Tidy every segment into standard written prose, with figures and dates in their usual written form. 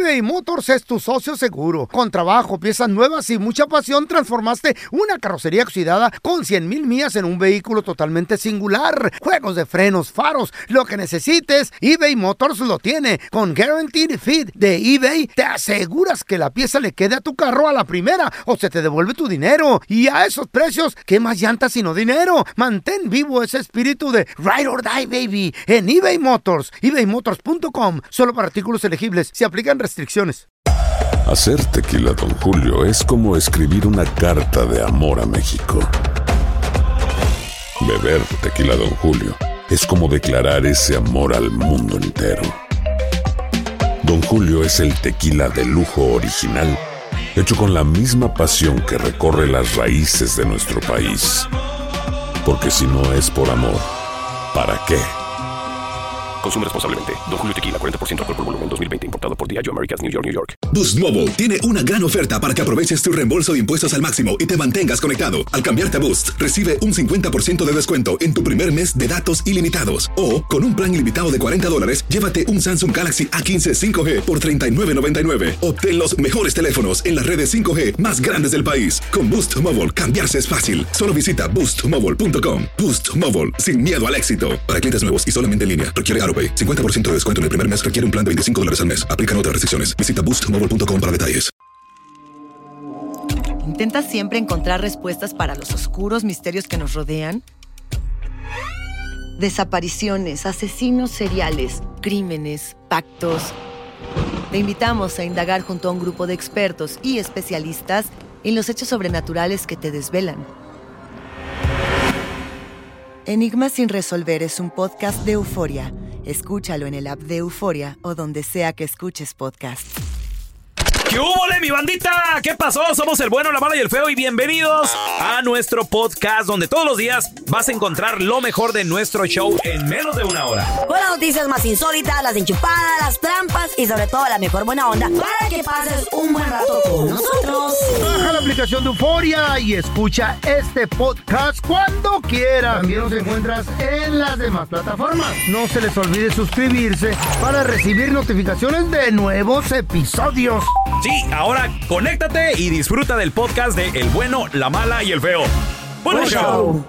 eBay Motors es tu socio seguro. Con trabajo, piezas nuevas y mucha pasión, transformaste una carrocería oxidada con 100,000 millas en un vehículo totalmente singular. Juegos de frenos, faros, lo que necesites, eBay Motors lo tiene. Con Guaranteed Fit de eBay, te aseguras que la pieza le quede a tu carro a la primera o se te devuelve tu dinero. Y a esos precios, ¿qué más llantas sino dinero? Mantén vivo ese espíritu de Ride or Die, baby, en eBay Motors. ebaymotors.com. Solo para artículos elegibles. Se aplican restricciones. Hacer tequila Don Julio es como escribir una carta de amor a México. Beber tequila Don Julio es como declarar ese amor al mundo entero. Don Julio es el tequila de lujo original, hecho con la misma pasión que recorre las raíces de nuestro país. Porque si no es por amor, ¿para qué? Consume responsablemente. Don Julio Tequila, 40% alcohol por volumen, 2020. Importado por Diageo Americas, New York, New York. Boost Mobile tiene una gran oferta para que aproveches tu reembolso de impuestos al máximo y te mantengas conectado. Al cambiarte a Boost, recibe un 50% de descuento en tu primer mes de datos ilimitados. O, con un plan ilimitado de $40, llévate un Samsung Galaxy A15 5G por $39.99. Obtén los mejores teléfonos en las redes 5G más grandes del país. Con Boost Mobile, cambiarse es fácil. Solo visita boostmobile.com. Boost Mobile, sin miedo al éxito. Para clientes nuevos y solamente en línea, requiere AutoPay. 50% de descuento en el primer mes requiere un plan de $25 al mes. Aplican otras restricciones. Visita boostmobile.com para detalles. ¿Intentas siempre encontrar respuestas para los oscuros misterios que nos rodean? Desapariciones, asesinos seriales, crímenes, pactos. Te invitamos a indagar junto a un grupo de expertos y especialistas en los hechos sobrenaturales que te desvelan. Enigmas sin resolver es un podcast de Euforia. Escúchalo en el app de Euforia o donde sea que escuches podcast. ¿Qué húbole, mi bandita? ¿Qué pasó? Somos el bueno, la mala y el feo y bienvenidos a nuestro podcast donde todos los días vas a encontrar lo mejor de nuestro show en menos de una hora. Con las noticias más insólitas, las enchupadas, las trampas y sobre todo la mejor buena onda para que pases un buen rato con nosotros. Baja la aplicación de Euforia y escucha este podcast cuando quieras. También nos encuentras en las demás plataformas. No se les olvide suscribirse para recibir notificaciones de nuevos episodios. Sí, ahora conéctate y disfruta del podcast de El Bueno, la Mala y el Feo. ¡Buen show!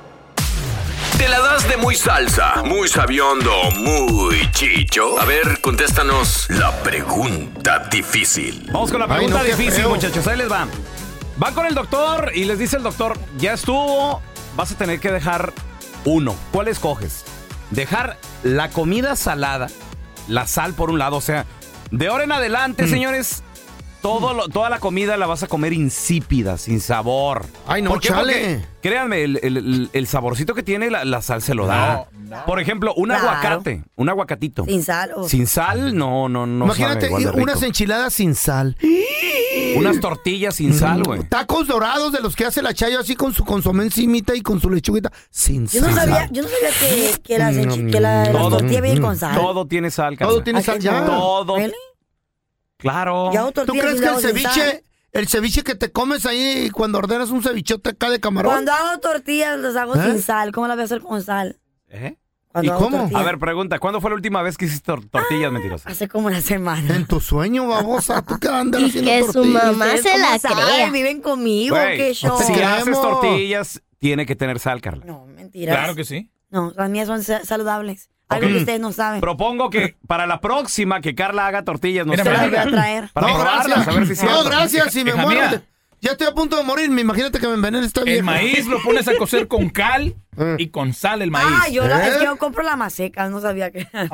¿Te la das de muy salsa, muy sabiondo, muy chicho? A ver, contéstanos la pregunta difícil. Vamos con la pregunta difícil, muchachos. Ahí les va. Van con el doctor y les dice el doctor, ya estuvo, vas a tener que dejar uno. ¿Cuál escoges? Dejar la comida salada, la sal por un lado, o sea, de ahora en adelante, señores, toda la comida la vas a comer insípida, sin sabor. Ay, no, chale. Porque, créanme, el saborcito que tiene la sal se lo da. No. Por ejemplo, un aguacate, un aguacatito. Sin sal. Sin sal, no. Imagínate sabe igual de unas enchiladas sin sal. Unas tortillas sin sal, güey. Tacos dorados de los que hace la Chayo así con su consomé encimita y con su lechuguita sin sal. Yo no sabía que la tortilla viene con sal. Todo tiene sal, carnal. Todo tiene sal ya. Todo. ¿Really? Claro. ¿Tú crees que el ceviche que te comes ahí cuando ordenas un cevichote acá de camarón? Cuando hago tortillas las hago sin sal. ¿Cómo las voy a hacer con sal? ¿Y cómo? A ver, pregunta, ¿cuándo fue la última vez que hiciste tortillas mentirosas? Hace como una semana. En tu sueño, babosa. ¿Tú qué andas haciendo que tortillas? su mamá se la crea. Viven conmigo, qué show. Si haces tortillas, tiene que tener sal, Carla. No, mentiras. Claro que sí. No, las mías son saludables. Algo que ustedes no saben. Propongo que para la próxima que Carla haga tortillas, nos las voy a traer. Para probarlas, a ver si No, gracias, si me muero. Ya estoy a punto de morir, imagínate que me envenene esta vieja. El maíz lo pones a cocer con cal y con sal el maíz. Es que yo compro la maseca, no sabía que era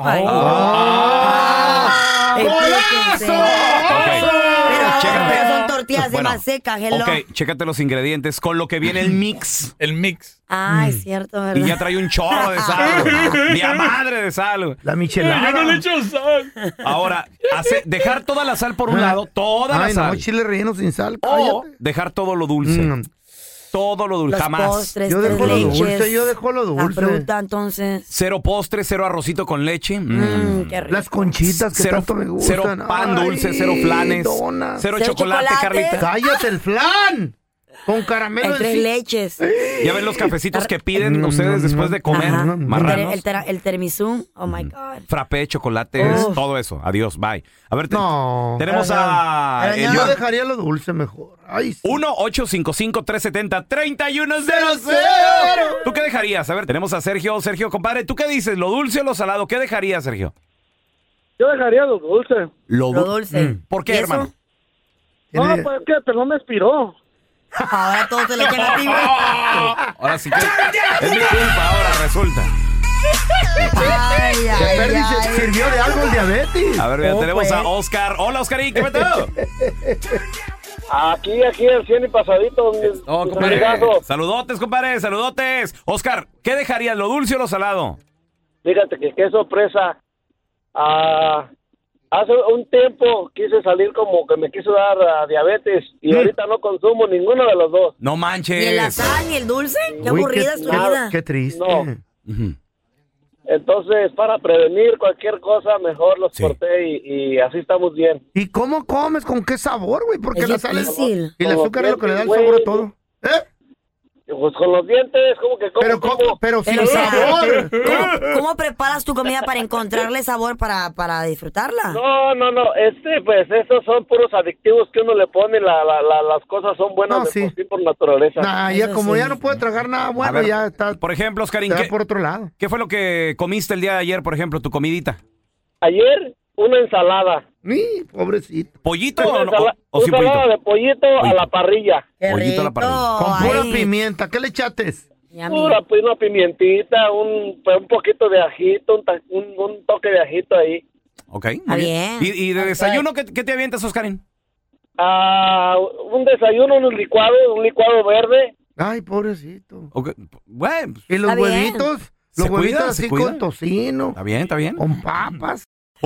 Pero son tortillas de maseca, hello. Ok, chécate los ingredientes con lo que viene el mix. El mix. Es cierto, ¿verdad? Y ya trae un chorro de sal. ¡Día madre de sal! La michelada. Yo no le echo sal. Ahora, dejar toda la sal por un lado, toda la sal. No, chile relleno sin sal. O dejar todo lo dulce. Todo lo dulce, los jamás. Postres, yo dejo lo dulce, yo dejo lo dulce. La fruta, entonces. Cero postre, cero arrocito con leche. Qué rico. Las conchitas que tanto me gustan. Cero pan dulce, cero flanes. Donas. Cero chocolate, Carlita. ¡Cállate el flan! Con caramelo. El 3 leches. Ya ven los cafecitos que piden ustedes después de comer. Marranos. El tiramisú. Oh, my God. Frappé, chocolates, todo eso. Adiós, bye. A ver, tenemos a... Yo dejaría lo dulce mejor. Ay, sí. 1-855-370-3100. ¿Tú qué dejarías? A ver, tenemos a Sergio. Sergio, compadre, ¿tú qué dices? ¿Lo dulce o lo salado? ¿Qué dejarías, Sergio? Yo dejaría lo dulce. Lo dulce. ¿Por qué, hermano? No, pues que pero no me inspiró. Ahora todos se le echan a ti, güey. Ahora sí que es mi culpa, ahora resulta. Sirvió de algo el diabetes. A ver, ya tenemos a Oscar. Hola, Oscarín, ¿qué meteo? Aquí, el 100 y pasadito. Compadre. Saludotes, compadre, saludotes. Oscar, ¿qué dejarías, lo dulce o lo salado? Fíjate que qué sorpresa. Hace un tiempo quise salir como que me quiso dar diabetes y ahorita no consumo ninguno de los dos. No manches. Ni el sal ni el dulce. Qué aburrida es tu vida. Qué triste. No. Entonces, para prevenir cualquier cosa, mejor los corté y así estamos bien. ¿Y cómo comes? ¿Con qué sabor, güey? Porque es la sal difícil. Y el azúcar es lo que le da el sabor a todo. Pues con los dientes, como que pero sin sabor. ¿Cómo preparas tu comida para encontrarle sabor para disfrutarla? No, pues esos son puros adictivos que uno le pone, las cosas son buenas por sí por naturaleza. Ya como ya no puede tragar nada bueno, ver, ya está. Por ejemplo, Oscarín, ¿qué por otro lado? ¿Qué fue lo que comiste el día de ayer, por ejemplo, tu comidita? Ayer, una ensalada. Pobrecito. ¿Pollito o sin pollito? Una ensalada de pollito a la parrilla. Pollito a la parrilla. Con pura pimienta. ¿Qué le echates? Una pimientita, un poquito de ajito, un toque de ajito ahí. Ok, muy bien. ¿Y de desayuno qué te avientas, Oscarín? Un desayuno, un licuado verde. Ay, pobrecito. Okay. Bueno, ¿y los huevitos? Los huevitos así con tocino. Está bien. Con papas.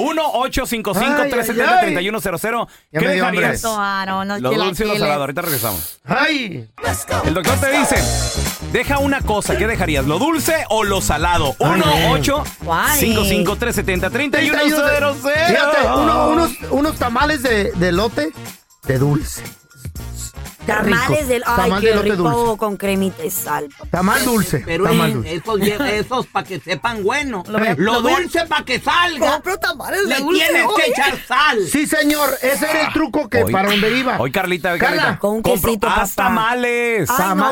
1-855-370-3100. ¿Qué dejarías? Lo dulce y lo salado. Ahorita regresamos. ¡Ay! El doctor te dice, deja una cosa. ¿Qué dejarías? ¿Lo dulce o lo salado? 1-855-370-3100. Fíjate, unos tamales de elote de dulce. Tamales del... Ay, qué rico, con cremita y sal. Tamal dulce. Pero esos para que sepan bueno. Lo dulce para que salga. Compro tamales de dulce. Le tienes que echar sal. Sí, señor. Ese era el truco que para donde iba. Hoy, Carlita. Con un quesito, papá. Tamales.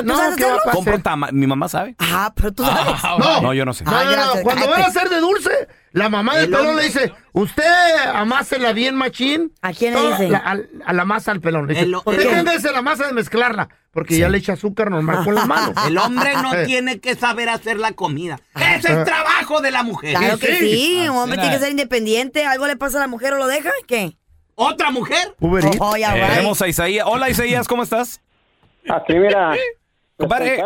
Compro tamales. Mi mamá sabe. Pero tú sabes. No, yo no sé. No. Cuando van a hacer de dulce, la mamá del pelón le dice, usted amásela bien, machín. ¿A quién le dice? A la masa al pelón. Le dice, déjense la masa de mezclarla, porque ya le echa azúcar normal con la mano. El hombre no tiene que saber hacer la comida. Ese es el trabajo de la mujer. Claro que sí. Un hombre tiene que ser independiente. ¿Algo le pasa a la mujer o lo deja? ¿Qué? ¿Otra mujer? Tenemos a Isaías. Hola, Isaías, ¿cómo estás? Aquí, mira. Compadre.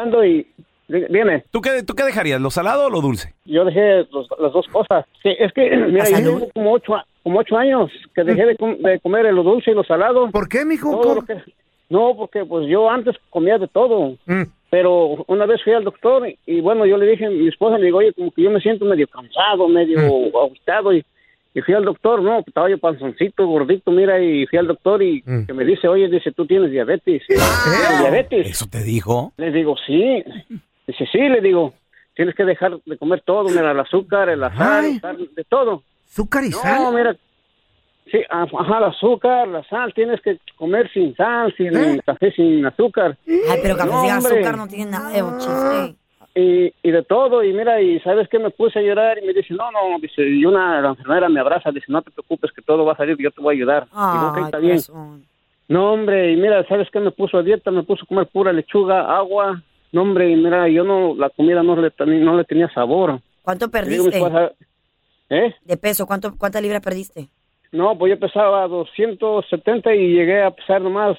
Dime. ¿Tú qué dejarías, lo salado o lo dulce? Yo dejé las dos cosas. Sí, es que, mira, yo tengo como 8 años que dejé de comer lo dulce y lo salado. ¿Por qué, mijo? No, porque pues yo antes comía de todo. Pero una vez fui al doctor y bueno, yo le dije a mi esposa, le digo, oye, como que yo me siento medio cansado, medio agotado y fui al doctor, no, estaba yo panzoncito, gordito, mira, y fui al doctor y que me dice, oye, dice, tú tienes diabetes. ¿Diabetes? ¿Eso te dijo? Le digo, sí. Dice, sí, le digo, tienes que dejar de comer todo, mira, el azúcar, el sal, de todo. ¿Azúcar y sal? No, mira, sí, el azúcar, la sal, tienes que comer sin sal, sin café, sin azúcar. Ay, pero café sin azúcar no tiene nada de chiste. Y de todo, y mira, y ¿sabes qué? Me puse a llorar y me dice, no, dice, y la enfermera me abraza, dice, no te preocupes que todo va a salir, yo te voy a ayudar. Digo, ok, está bien. No, hombre, y mira, ¿sabes qué? Me puso a dieta, me puso a comer pura lechuga, agua. No, hombre, y mira, la comida no le tenía sabor. ¿Cuánto perdiste? ¿De peso? ¿Cuántas libras perdiste? No, pues yo pesaba 270 y llegué a pesar nomás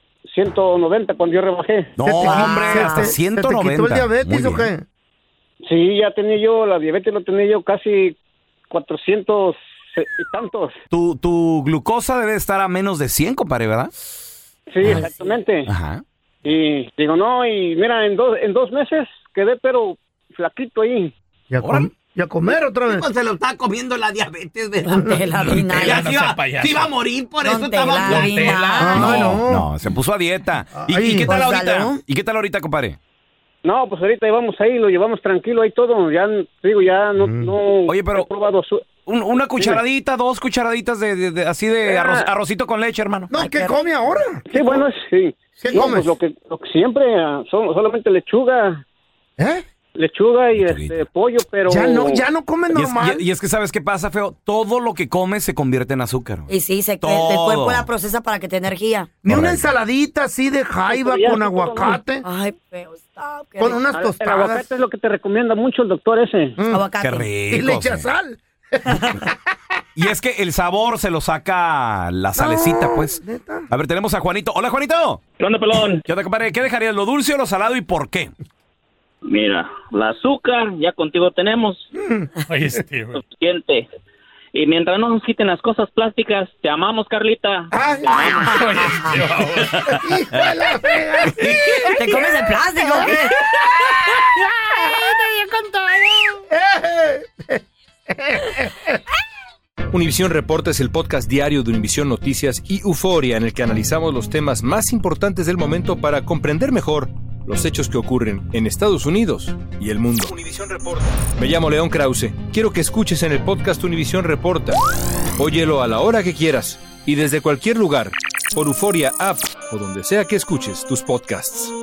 190 cuando yo rebajé. No, hombre, hasta 190. ¿Te quitó el diabetes o qué? Sí, ya tenía yo, la diabetes lo tenía yo casi 400 y tantos. Tu glucosa debe estar a menos de 100, compadre, ¿verdad? Sí, exactamente. Ajá. Y digo, no, y mira, en dos meses quedé pero flaquito ahí. Y a comer otra vez. Pues se lo estaba comiendo la diabetes, ¿verdad? Se iba a morir, por eso estaba No, se puso a dieta. ¿Y qué tal ahorita? ¿Y qué tal ahorita, compadre? No, pues ahorita íbamos ahí, lo llevamos tranquilo ahí todo. Ya, digo, ya no Oye, pero he probado una cucharadita, 2 cucharaditas de así de arrocito con leche, hermano. No, ¿qué come ahora? Sí, bueno, sí. ¿Qué comes? Pues lo que siempre, solamente lechuga. ¿Eh? Lechuga y pollo, pero... Ya no comen normal. Y es que ¿sabes qué pasa, feo? Todo lo que comes se convierte en azúcar. Y sí, el cuerpo la procesa para que te energía. Ni una ensaladita así de jaiba con aguacate. Ay, feo, stop. Con unas tostadas. El aguacate es lo que te recomienda mucho el doctor ese. Aguacate. Qué rico. Y le echa sal. Y es que el sabor se lo saca la salecita, pues. ¿Neta? A ver, tenemos a Juanito. Hola, Juanito. ¿Qué onda, pelón? ¿Qué onda, compadre? ¿Qué dejarías, lo dulce o lo salado y por qué? Mira, la azúcar ya contigo tenemos. Oye, tío. Suficiente. Y mientras no nos quiten las cosas plásticas, te amamos, Carlita. Ay, te amamos. ¡Hijo de la fega! ¿Te comes el plástico o qué? Univisión Reporta es el podcast diario de Univisión Noticias y Euforia, en el que analizamos los temas más importantes del momento para comprender mejor los hechos que ocurren en Estados Unidos y el mundo. Univisión Reporta. Me llamo León Krause. Quiero que escuches en el podcast Univisión Reporta. Óyelo a la hora que quieras y desde cualquier lugar, por Euforia App o donde sea que escuches tus podcasts.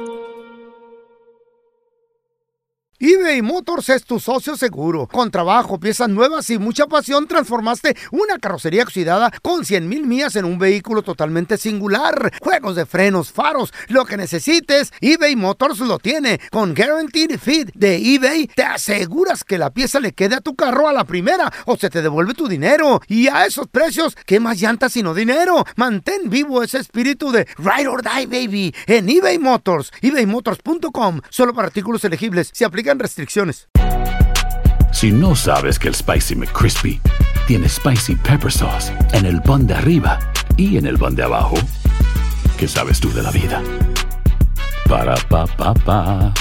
eBay Motors es tu socio seguro. Con trabajo, piezas nuevas y mucha pasión, transformaste una carrocería oxidada con 100,000 millas en un vehículo totalmente singular. Juegos de frenos, faros, lo que necesites, eBay Motors lo tiene. Con Guaranteed Fit de eBay, te aseguras que la pieza le quede a tu carro a la primera o se te devuelve tu dinero. Y a esos precios, ¿qué más llantas sino dinero? Mantén vivo ese espíritu de Ride or Die, baby, en eBay Motors. ebaymotors.com. Solo para artículos elegibles. Se aplican restricciones. Si no sabes que el Spicy McCrispy tiene Spicy Pepper Sauce en el pan de arriba y en el pan de abajo, ¿qué sabes tú de la vida? Para, pa, pa, pa.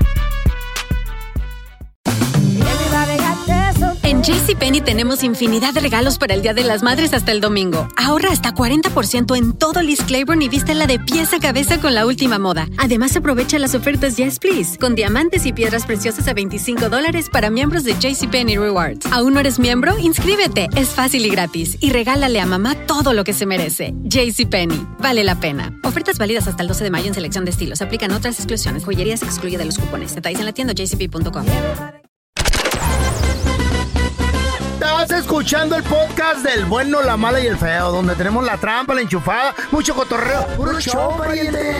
En JCPenney tenemos infinidad de regalos para el Día de las Madres hasta el domingo. Ahorra hasta 40% en todo Liz Claiborne y vístela de pies a cabeza con la última moda. Además, aprovecha las ofertas Yes Please, con diamantes y piedras preciosas a $25 para miembros de JCPenney Rewards. ¿Aún no eres miembro? Inscríbete. Es fácil y gratis. Y regálale a mamá todo lo que se merece. JCPenney. Vale la pena. Ofertas válidas hasta el 12 de mayo en selección de estilos. Aplican otras exclusiones. Joyería se excluye de los cupones. Detalles en la tienda jcp.com. Estás escuchando el podcast del bueno, la mala y el feo, donde tenemos la trampa, la enchufada, mucho cotorreo. ¡Puro show, pariente!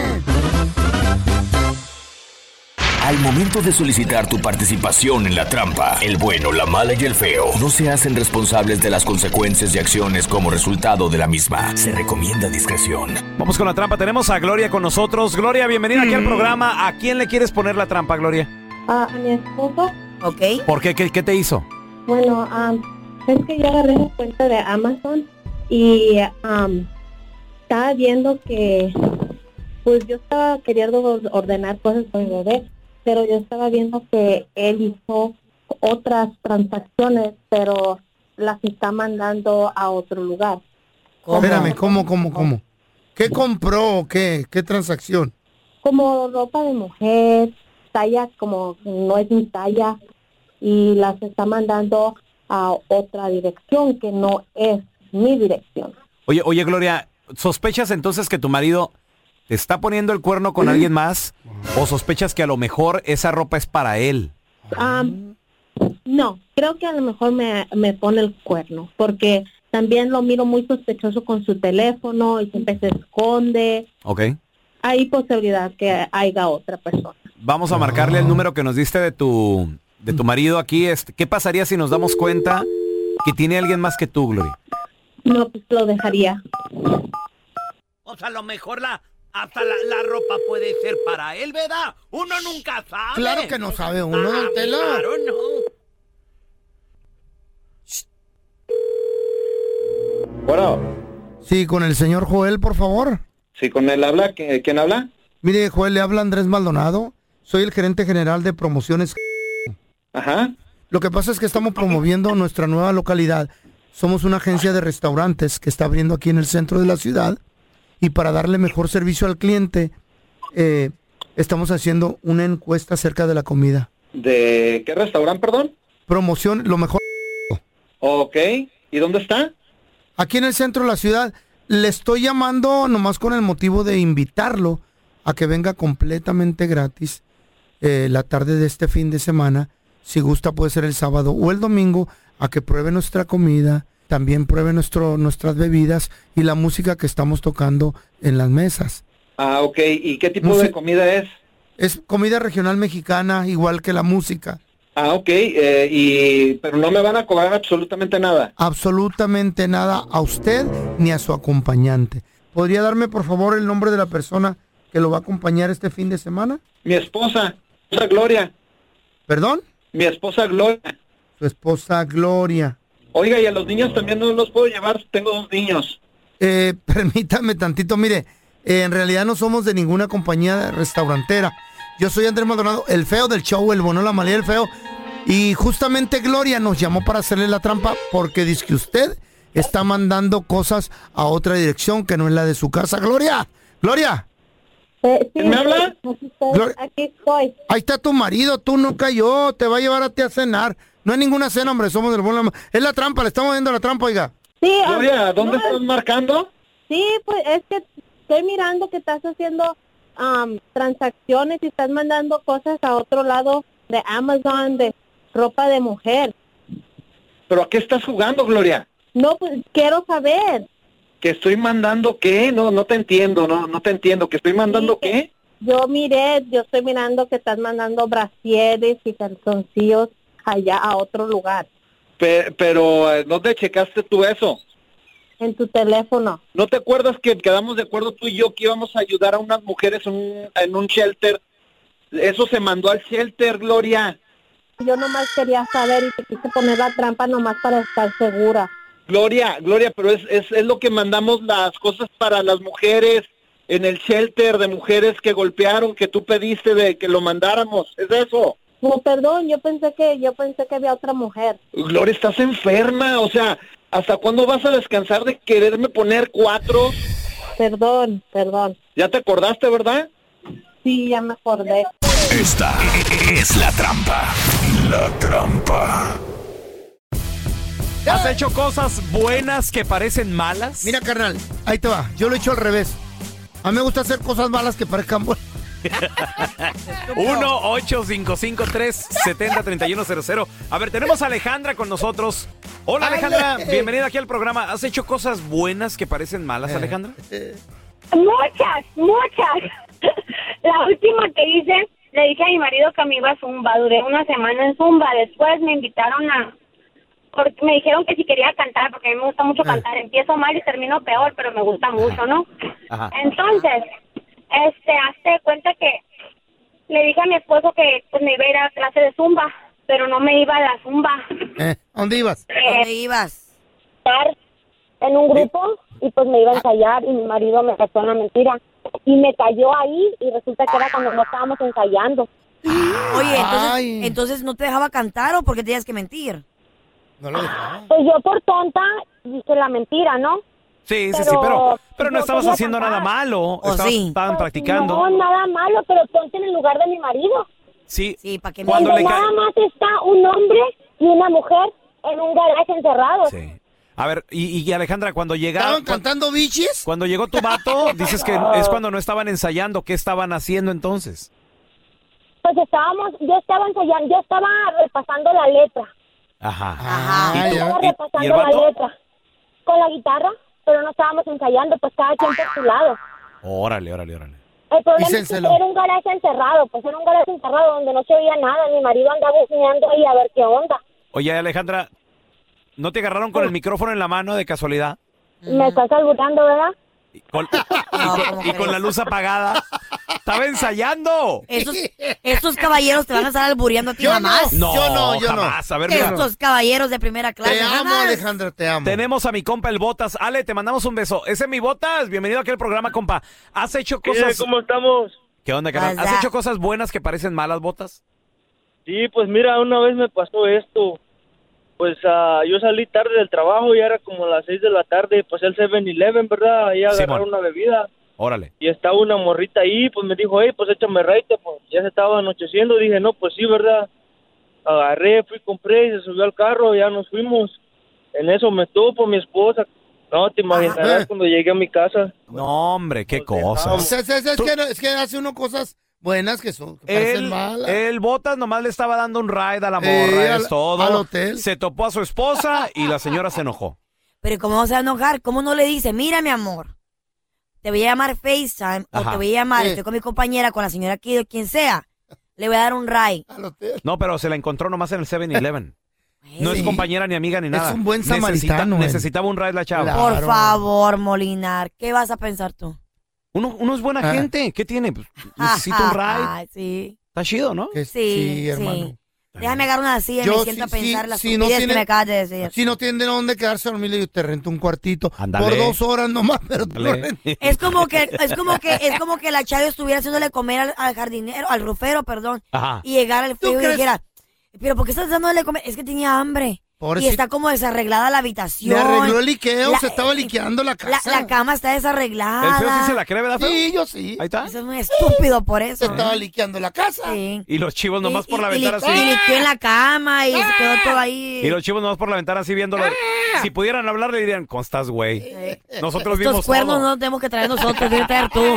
Al momento de solicitar tu participación en la trampa, el bueno, la mala y el feo no se hacen responsables de las consecuencias y acciones como resultado de la misma. Se recomienda discreción. Vamos con la trampa. Tenemos a Gloria con nosotros. Gloria, bienvenida aquí al programa. ¿A quién le quieres poner la trampa, Gloria? A mi esposo. Ok. ¿Por qué? ¿Qué te hizo? Bueno, es que yo agarré mi cuenta de Amazon y estaba viendo que, pues yo estaba queriendo ordenar cosas para mi bebé, pero yo estaba viendo que él hizo otras transacciones, pero las está mandando a otro lugar. Espérame, ¿cómo? ¿Qué compró o qué transacción? Como ropa de mujer, talla como no es mi talla, y las está mandando a otra dirección que no es mi dirección. Oye, Gloria, ¿sospechas entonces que tu marido te está poniendo el cuerno con alguien más? ¿O sospechas que a lo mejor esa ropa es para él? No, creo que a lo mejor me pone el cuerno, porque también lo miro muy sospechoso con su teléfono y siempre se esconde. Ok. Hay posibilidad que haya otra persona. Vamos a marcarle el número que nos diste de tu marido aquí. ¿Qué pasaría si nos damos cuenta que tiene alguien más que tú, Gloria? No, pues lo dejaría. O sea, a lo mejor hasta la ropa puede ser para él, ¿verdad? Uno nunca sabe. Claro que no sabe uno, don Tela. Claro, no. Bueno. Sí, con el señor Joel, por favor. Sí, con él habla. ¿Quién habla? Mire, Joel, le habla Andrés Maldonado. Soy el gerente general de promociones. Ajá. Lo que pasa es que estamos promoviendo nuestra nueva localidad. Somos una agencia de restaurantes que está abriendo aquí en el centro de la ciudad y para darle mejor servicio al cliente, estamos haciendo una encuesta acerca de la comida. ¿De qué restaurante, perdón? Promoción, lo mejor. Ok, ¿y dónde está? Aquí en el centro de la ciudad. Le estoy llamando nomás con el motivo de invitarlo a que venga completamente gratis la tarde de este fin de semana. Si gusta puede ser el sábado o el domingo, a que pruebe nuestra comida, también pruebe nuestras bebidas y la música que estamos tocando en las mesas. Ah, ok, ¿y qué tipo de comida es? Es comida regional mexicana, igual que la música. Ah, ok, pero no me van a cobrar absolutamente nada. Absolutamente nada a usted ni a su acompañante. ¿Podría darme, por favor, el nombre de la persona que lo va a acompañar este fin de semana? Mi esposa Gloria. ¿Perdón? Mi esposa Gloria. Su esposa Gloria. Oiga, y a los niños también no los puedo llevar, tengo 2 niños. Permítame tantito, mire, en realidad no somos de ninguna compañía restaurantera. Yo soy Andrés Maldonado, el feo del show, el bueno, la malía, el feo. Y justamente Gloria nos llamó para hacerle la trampa porque dice que usted está mandando cosas a otra dirección que no es la de su casa. ¡Gloria! ¡Gloria! Sí, ¿Me habla? Aquí estoy. Ahí está tu marido, tú no cayó, te va a llevar a ti a cenar. No hay ninguna cena, hombre, somos del bueno. Es la trampa, le estamos viendo la trampa, oiga. Sí, Gloria, ¿dónde estás marcando? Sí, pues es que estoy mirando que estás haciendo transacciones y estás mandando cosas a otro lado de Amazon, de ropa de mujer. ¿Pero a qué estás jugando, Gloria? No, pues quiero saber. ¿Que estoy mandando qué? No te entiendo, no te entiendo. ¿Que estoy mandando qué? Yo estoy mirando que estás mandando brasieres y calzoncillos allá a otro lugar. Pero ¿dónde checaste tú eso? En tu teléfono. ¿No te acuerdas que quedamos de acuerdo tú y yo que íbamos a ayudar a unas mujeres en un shelter? Eso se mandó al shelter, Gloria. Yo nomás quería saber y te quise poner la trampa nomás para estar segura. Gloria, pero es lo que mandamos las cosas para las mujeres en el shelter de mujeres que golpearon, que tú pediste de que lo mandáramos. ¿Es eso? No, perdón, yo pensé que había otra mujer. Gloria, estás enferma, o sea, ¿hasta cuándo vas a descansar de quererme poner 4? Perdón. ¿Ya te acordaste, verdad? Sí, ya me acordé. Esta es la trampa. La trampa. ¿Has hecho cosas buenas que parecen malas? Mira, carnal, ahí te va. Yo lo he hecho al revés. A mí me gusta hacer cosas malas que parezcan buenas. 1-855-370-3100. A ver, tenemos a Alejandra con nosotros. Hola, Alejandra, bienvenida aquí al programa. ¿Has hecho cosas buenas que parecen malas, Alejandra? Muchas. La última que hice, le dije a mi marido que me iba a Zumba. Duré una semana en Zumba. Después me invitaron porque me dijeron que si quería cantar, porque a mí me gusta mucho cantar. Empiezo mal y termino peor, pero me gusta mucho, ¿no? Ajá. Entonces, hazte cuenta que le dije a mi esposo que pues me iba a ir a clase de Zumba, pero no me iba a la Zumba. ¿Dónde ibas? ¿Dónde ibas? Estar en un grupo y pues me iba a ensayar y mi marido me cachó una mentira. Y me cayó ahí y resulta que era cuando no estábamos ensayando. Oye, entonces ¿no te dejaba cantar o porque tenías que mentir? No lo dejaba. Pues yo por tonta dije la mentira, ¿no? Sí, pero no estabas haciendo nada malo. Estaban practicando. No, nada malo, pero ponte en el lugar de mi marido. Sí, para que cuando le nada más está un hombre y una mujer en un garaje encerrados. Sí. A ver, y Alejandra, cuando llegaron... ¿Estaban cantando bichis? Cuando llegó tu vato, dices que es cuando no estaban ensayando. ¿Qué estaban haciendo entonces? Pues yo estaba ensayando, yo estaba repasando la letra. Ajá. Yo estaba repasando la letra con la guitarra, pero no estábamos ensayando, pues cada quien por su lado. Órale. El problema es que era un garaje encerrado, donde no se oía nada. Mi marido andaba enseñando ahí a ver qué onda. Oye, Alejandra, ¿no te agarraron con el micrófono en la mano de casualidad? Me estás albureando, ¿verdad? Y con la luz apagada. ¡Estaba ensayando! Estos caballeros te van a estar albureando a ti jamás. Yo no. Jamás. A ver, estos caballeros de primera clase. Te amo, Alejandra, te amo. Tenemos a mi compa el Botas. Ale, te mandamos un beso. Ese es mi Botas. Bienvenido aquí al programa, compa. ¿Has hecho cosas... ¿Cómo estamos? ¿Qué onda, carnal? ¿Has hecho cosas buenas que parecen malas, Botas? Sí, pues mira, una vez me pasó esto. Pues yo salí tarde del trabajo, ya era como las 6 de la tarde, pasé al 7-Eleven, ¿verdad? Ahí a agarrar una bebida. Órale. Y estaba una morrita ahí, pues me dijo, hey, pues échame raite, pues ya se estaba anocheciendo. Dije, no, pues sí, ¿verdad? Agarré, fui, compré y se subió al carro, ya nos fuimos. En eso me topo mi esposa. No, te imaginarás cuando llegué a mi casa. No, hombre, qué cosas. Es que hace uno cosas buenas que parecen malas. El Botas nomás le estaba dando un ride a la morra, es todo. Al hotel. Se topó a su esposa y la señora se enojó. Pero ¿cómo se va a enojar? ¿Cómo no le dice, mira, mi amor, te voy a llamar FaceTime o te voy a llamar, estoy con mi compañera, con la señora aquí o quien sea, le voy a dar un ride? No, pero se la encontró nomás en el 7-Eleven. No es compañera ni amiga ni nada. Es un buen samaritano. Necesitaba un ride la chava. Claro. Por favor, Molinar, ¿qué vas a pensar tú? Uno es buena gente. ¿Qué tiene? Pues, necesita un ride. Sí. Está chido, ¿no? Sí, hermano. Déjame agarrar una silla y me siento a pensar las estupidez que me acabas de decir. Si no tienen dónde quedarse a dormir, yo te rento un cuartito por 2 horas nomás, pero tú lo rentas. Es como que la chava estuviera haciéndole comer al jardinero, al rufero, perdón. Ajá. Y llegara el feo y dijera, pero ¿por qué estás dándole comer? Es que tenía hambre. Y está como desarreglada la habitación. Le arregló el liqueo, se estaba liqueando la casa. La cama está desarreglada. ¿El feo sí se la cree, verdad, feo? Sí, yo sí. Ahí está. Eso es muy estúpido por eso. Se estaba liqueando la casa. Sí. Y los chivos nomás por la ventana así. Y liqueó en la cama y se quedó todo ahí. Y los chivos nomás por la ventana así viéndolo. Si pudieran hablar, le dirían, ¿cómo estás, güey? Nosotros vimos Estos cuernos todo. no los tenemos que traer nosotros, debes traer tú.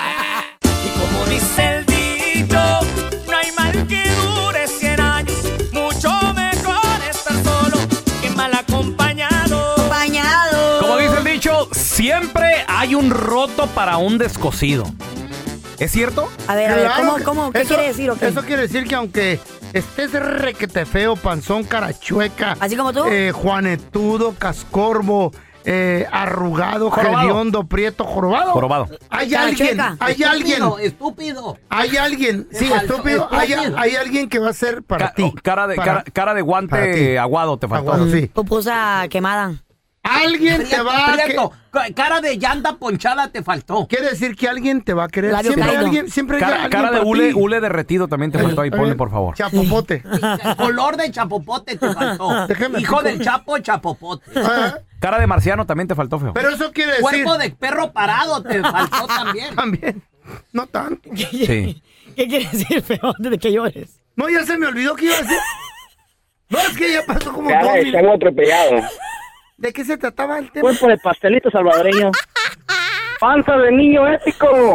Y como dice el dicho, no hay mal que dure 100 años. Mucho mejor estar solo que mal acompañado. Como dice el dicho, siempre hay un roto para un descosido. ¿Es cierto? A ver, ¿cómo? ¿Qué quiere decir o qué? Eso quiere decir que aunque estés requete feo, panzón, carachueca, así como tú, juanetudo, cascorbo, arrugado, hediondo, prieto, jorobado. Hay alguien. Estúpido. Hay alguien, sí, estúpido. Hay alguien que va a ser para ti. Cara de guante aguado te faltó. Aguado, sí. Pupusa quemada. Alguien te va a cara de llanta ponchada te faltó. Quiere decir que alguien te va a querer. Siempre hay alguien cara de para hule derretido también te faltó ahí, ponle por favor. Chapopote. Color de chapopote te faltó. Hijo del Chapo, chapopote. Cara de marciano también te faltó, feo. Pero eso quiere decir... Cuerpo de perro parado te faltó también. También. No tanto. Sí. ¿Qué quiere decir, feo? Antes de que llores. No, ya se me olvidó que iba a decir. No, es que ya pasó como... Cara de chango atropellado. ¿De qué se trataba el tema? Cuerpo de pastelito salvadoreño. Panza de niño ético.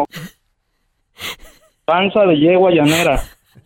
Panza de yegua llanera.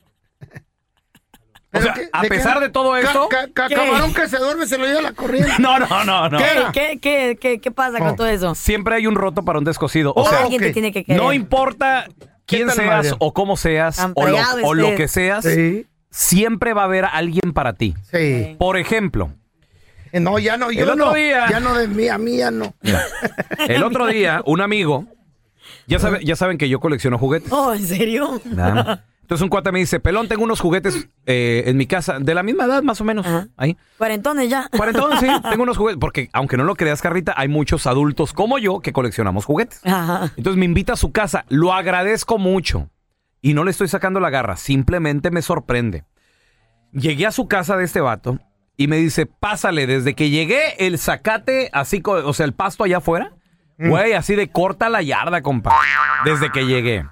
O sea, a pesar de todo esto... Camarón que se duerme se lo lleva la corriente. No. ¿Qué pasa con todo eso? Siempre hay un roto para un descosido. O sea, alguien te tiene que querer. no importa quién seas o cómo seas o lo que seas, siempre va a haber alguien para ti. Sí. Por ejemplo... No, ya no, yo no. Ya no de mí, a mí ya no. Mira, el otro día, un amigo, ya saben que yo colecciono juguetes. Oh, ¿en serio? ¿Verdad? Entonces un cuate me dice, Pelón, tengo unos juguetes en mi casa, de la misma edad más o menos. Ahí. Cuarentones ya. Cuarentones, sí, tengo unos juguetes, porque aunque no lo creas, Carrita, hay muchos adultos como yo que coleccionamos juguetes. Ajá. Entonces me invita a su casa, lo agradezco mucho y no le estoy sacando la garra, simplemente me sorprende. Llegué a su casa de este vato y me dice, pásale, desde que llegué el zacate, así, o sea, el pasto allá afuera, güey, así de corta la yarda, compa, desde que llegué.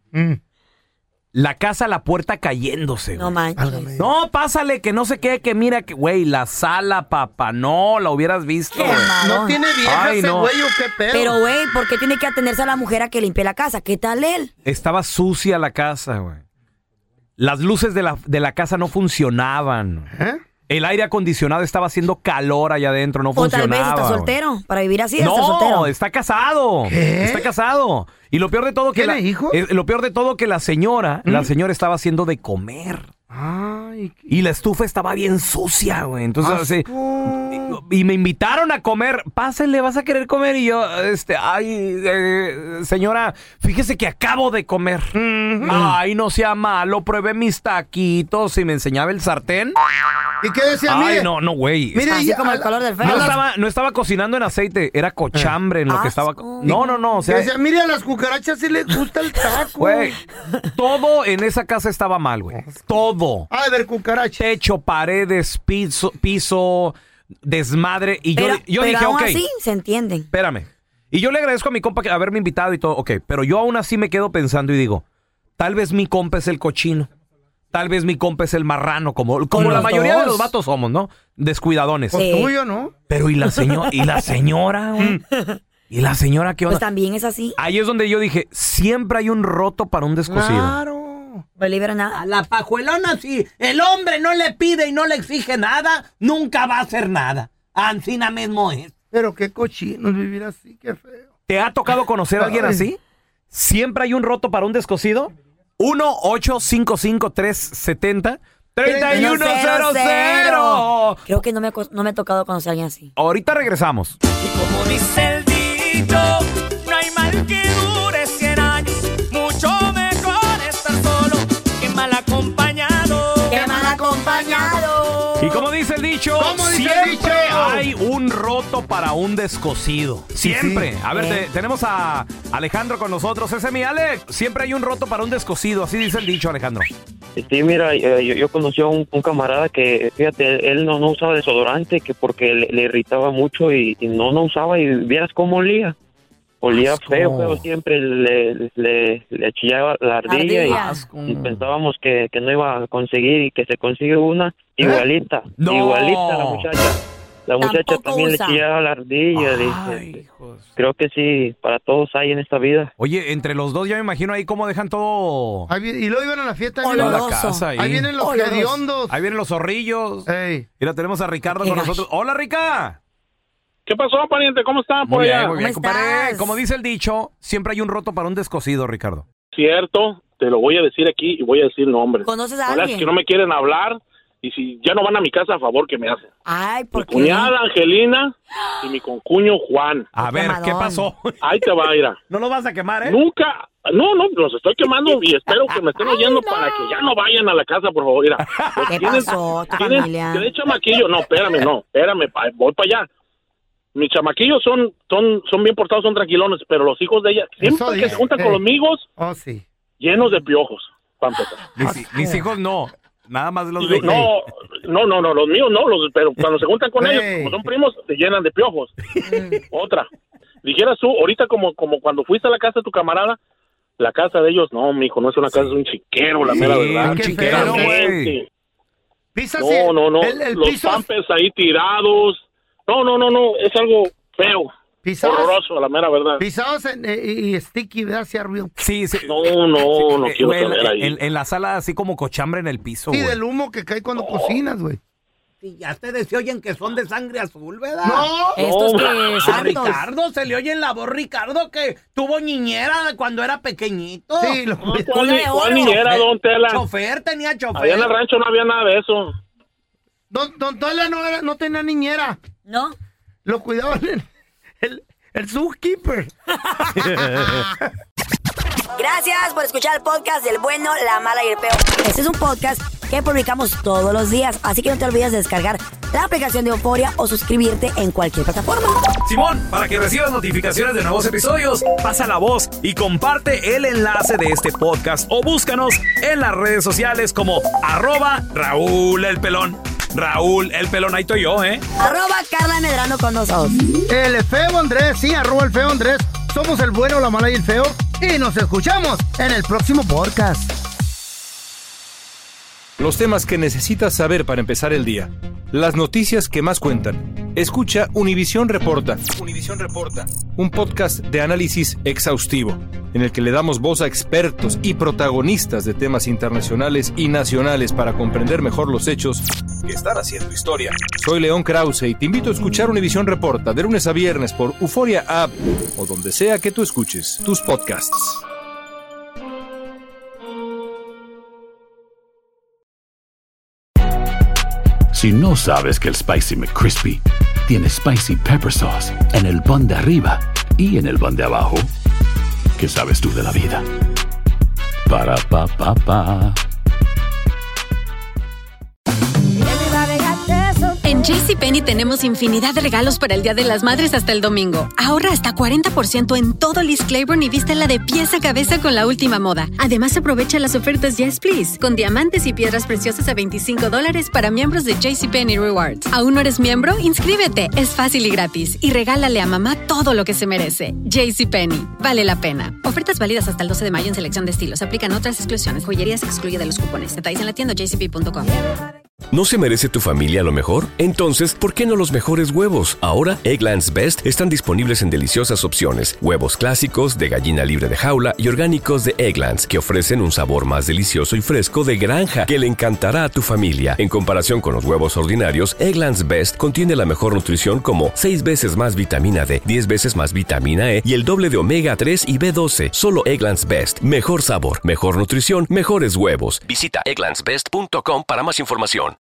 La casa, la puerta cayéndose. No manches. No, pásale, que no sé qué, que mira, que güey, la sala, papá, no, la hubieras visto. No tiene vieja ese güey o qué pedo. Pero, güey, ¿por qué tiene que atenerse a la mujer a que limpie la casa? ¿Qué tal él? Estaba sucia la casa, güey. Las luces de la casa no funcionaban. El aire acondicionado estaba haciendo calor allá adentro, no funcionaba. O tal vez está soltero, para vivir así, no, está soltero. No, está casado. ¿Qué? Está casado. Y lo peor de todo que ¿Tiene hijos? Lo peor de todo que la señora estaba haciendo de comer. Ay, y la estufa estaba bien sucia, güey. Entonces, y me invitaron a comer. Pásale, ¿vas a querer comer? Y yo, señora, fíjese que acabo de comer. Ay, no sea malo, probé mis taquitos y me enseñaba el sartén. ¿Y qué decía? Ay, no, güey. Mire, así como el color del feo. No estaba cocinando en aceite, era cochambre en lo que estaba. No, o sea. Decía, mire, a las cucarachas sí les gusta el taco. Güey, todo en esa casa estaba mal, güey. Todo. Ha de haber ver, cucaracha. Techo, paredes, piso, desmadre. Y yo dije, aún ok. así se entienden. Espérame. Y yo le agradezco a mi compa haberme invitado y todo, ok. Pero yo aún así me quedo pensando y digo, tal vez mi compa es el cochino. Tal vez mi compa es el marrano, como la mayoría de los vatos somos, ¿no? Descuidadones. Pues tuyo, ¿no? Pero ¿y la señora, güey? ¿Y la señora qué onda? Pues también es así. Ahí es donde yo dije, siempre hay un roto para un descosido. Claro. Believe nada. A la pajuelona, si el hombre no le pide y no le exige nada, nunca va a hacer nada. Ancina mismo es. Pero qué cochino es vivir así, qué feo. ¿Te ha tocado conocer a alguien así? ¿Siempre hay un roto para un descosido? 1-855-370-3100. Creo que no me ha tocado conocer a alguien así. Ahorita regresamos. Y como dice el dicho, no hay mal que dure 100 años. Mucho mejor estar solo que mal acompañado. ¡Qué mal acompañado! Y como dice el dicho, siempre hay un roto para un descosido. Siempre. Sí. A ver, tenemos a Alejandro con nosotros. Ese es mi Alex. Siempre hay un roto para un descosido. Así dice el dicho, Alejandro. Sí, mira, yo conocí a un camarada que, fíjate, él no usaba desodorante que porque le irritaba mucho y no usaba y vieras cómo olía. Olía feo, siempre le chillaba la ardilla y pensábamos que no iba a conseguir y que se consigue una igualita, igualita la muchacha. La muchacha Tampoco también usa. le chillaba la ardilla. Dice, creo que sí, para todos hay en esta vida. Oye, entre los dos ya me imagino ahí cómo dejan todo. Y luego iban a la fiesta. A la casa ahí vienen los hediondos. Ahí vienen los zorrillos. Mira, tenemos a Ricardo con nosotros. Hola, Rica. ¿Qué pasó, pariente? ¿Cómo están por Muy allá? bien, muy bien, compadre. Como dice el dicho, siempre hay un roto para un descosido, Ricardo. Cierto, te lo voy a decir aquí y voy a decir nombres. ¿Conoces a Ahora alguien? es que no me quieren hablar y si ya no van a mi casa, a favor que me hacen. Ay, ¿por qué? Mi cuñada Angelina y mi concuño Juan. A ver, ¿qué pasó? Ahí te va, Ira. No lo vas a quemar, ¿eh? Nunca, no, los estoy quemando y espero que me estén oyendo para que ya no vayan a la casa, por favor. Mira, ¿Qué pasó, tu familia? ¿Tienes chamaquillo? No, espérame, voy para allá. Mis chamaquillos son bien portados, son tranquilones, pero los hijos de ella, siempre que se juntan con los amigos, llenos de piojos, para empezar. Mis hijos no, nada más los de... No, los míos no, pero cuando se juntan con ellos, como son primos, se llenan de piojos. Otra, dijeras tú, ahorita como cuando fuiste a la casa de tu camarada, la casa de ellos, no, mijo, no es una casa, es un chiquero, la mera verdad. Un chiquero, güey. No, los pampers ahí tirados. No, es algo feo. Horroroso, la mera verdad. Pisados y sticky, ¿verdad? Hacía ruido. Sí. No quiero Güey, saber ahí. En la sala así como cochambre en el piso, Sí, güey. del humo que cae cuando cocinas, güey. Y ya ustedes se oyen que son de sangre azul, ¿verdad? No. Estos que A santos. Ricardo se le oye en la voz, Ricardo, que tuvo niñera cuando era pequeñito. Sí, ¿Cuál niñera, don Tela? Tenía chofer. Allá en el rancho no había nada de eso. Don Tela no tenía niñera. ¿No? Lo cuidaban el zookeeper. Gracias por escuchar el podcast del bueno, la mala y el peor. Este es un podcast que publicamos todos los días, así que no te olvides de descargar la aplicación de Euforia o suscribirte en cualquier plataforma. Simón, para que recibas notificaciones de nuevos episodios, pasa la voz y comparte el enlace de este podcast o búscanos en las redes sociales como @Raúl el Pelón. Raúl el Pelón, ahí estoy yo, ¿eh? @Carla Medrano con nosotros. El feo Andrés, sí, @el feo Andrés. Somos el bueno, la mala y el feo. Y nos escuchamos en el próximo podcast. Los temas que necesitas saber para empezar el día. Las noticias que más cuentan. Escucha Univisión Reporta. Univisión Reporta. Un podcast de análisis exhaustivo, en el que le damos voz a expertos y protagonistas de temas internacionales y nacionales para comprender mejor los hechos que están haciendo historia. Soy León Krause y te invito a escuchar Univisión Reporta de lunes a viernes por Euforia App o donde sea que tú escuches tus podcasts. Si no sabes que el Spicy McCrispy tiene Spicy Pepper Sauce en el pan de arriba y en el pan de abajo, ¿qué sabes tú de la vida? Para, pa, pa, pa. En En JCPenney tenemos infinidad de regalos para el Día de las Madres hasta el domingo. Ahorra hasta 40% en todo Liz Claiborne y vístela de pies a cabeza con la última moda. Además, aprovecha las ofertas Yes Please, con diamantes y piedras preciosas a $25 para miembros de JCPenney Rewards. ¿Aún no eres miembro? Inscríbete. Es fácil y gratis. Y regálale a mamá todo lo que se merece. JCPenney. Vale la pena. Ofertas válidas hasta el 12 de mayo en selección de estilos. Aplican otras exclusiones. Joyería se excluye de los cupones. Detalles en la tienda jcp.com. ¿No se merece tu familia lo mejor? Entonces, ¿por qué no los mejores huevos? Ahora, Eggland's Best están disponibles en deliciosas opciones. Huevos clásicos, de gallina libre de jaula y orgánicos de Eggland's, que ofrecen un sabor más delicioso y fresco de granja que le encantará a tu familia. En comparación con los huevos ordinarios, Eggland's Best contiene la mejor nutrición como 6 veces más vitamina D, 10 veces más vitamina E y el doble de omega 3 y B12. Solo Eggland's Best. Mejor sabor, mejor nutrición, mejores huevos. Visita egglandsbest.com para más información.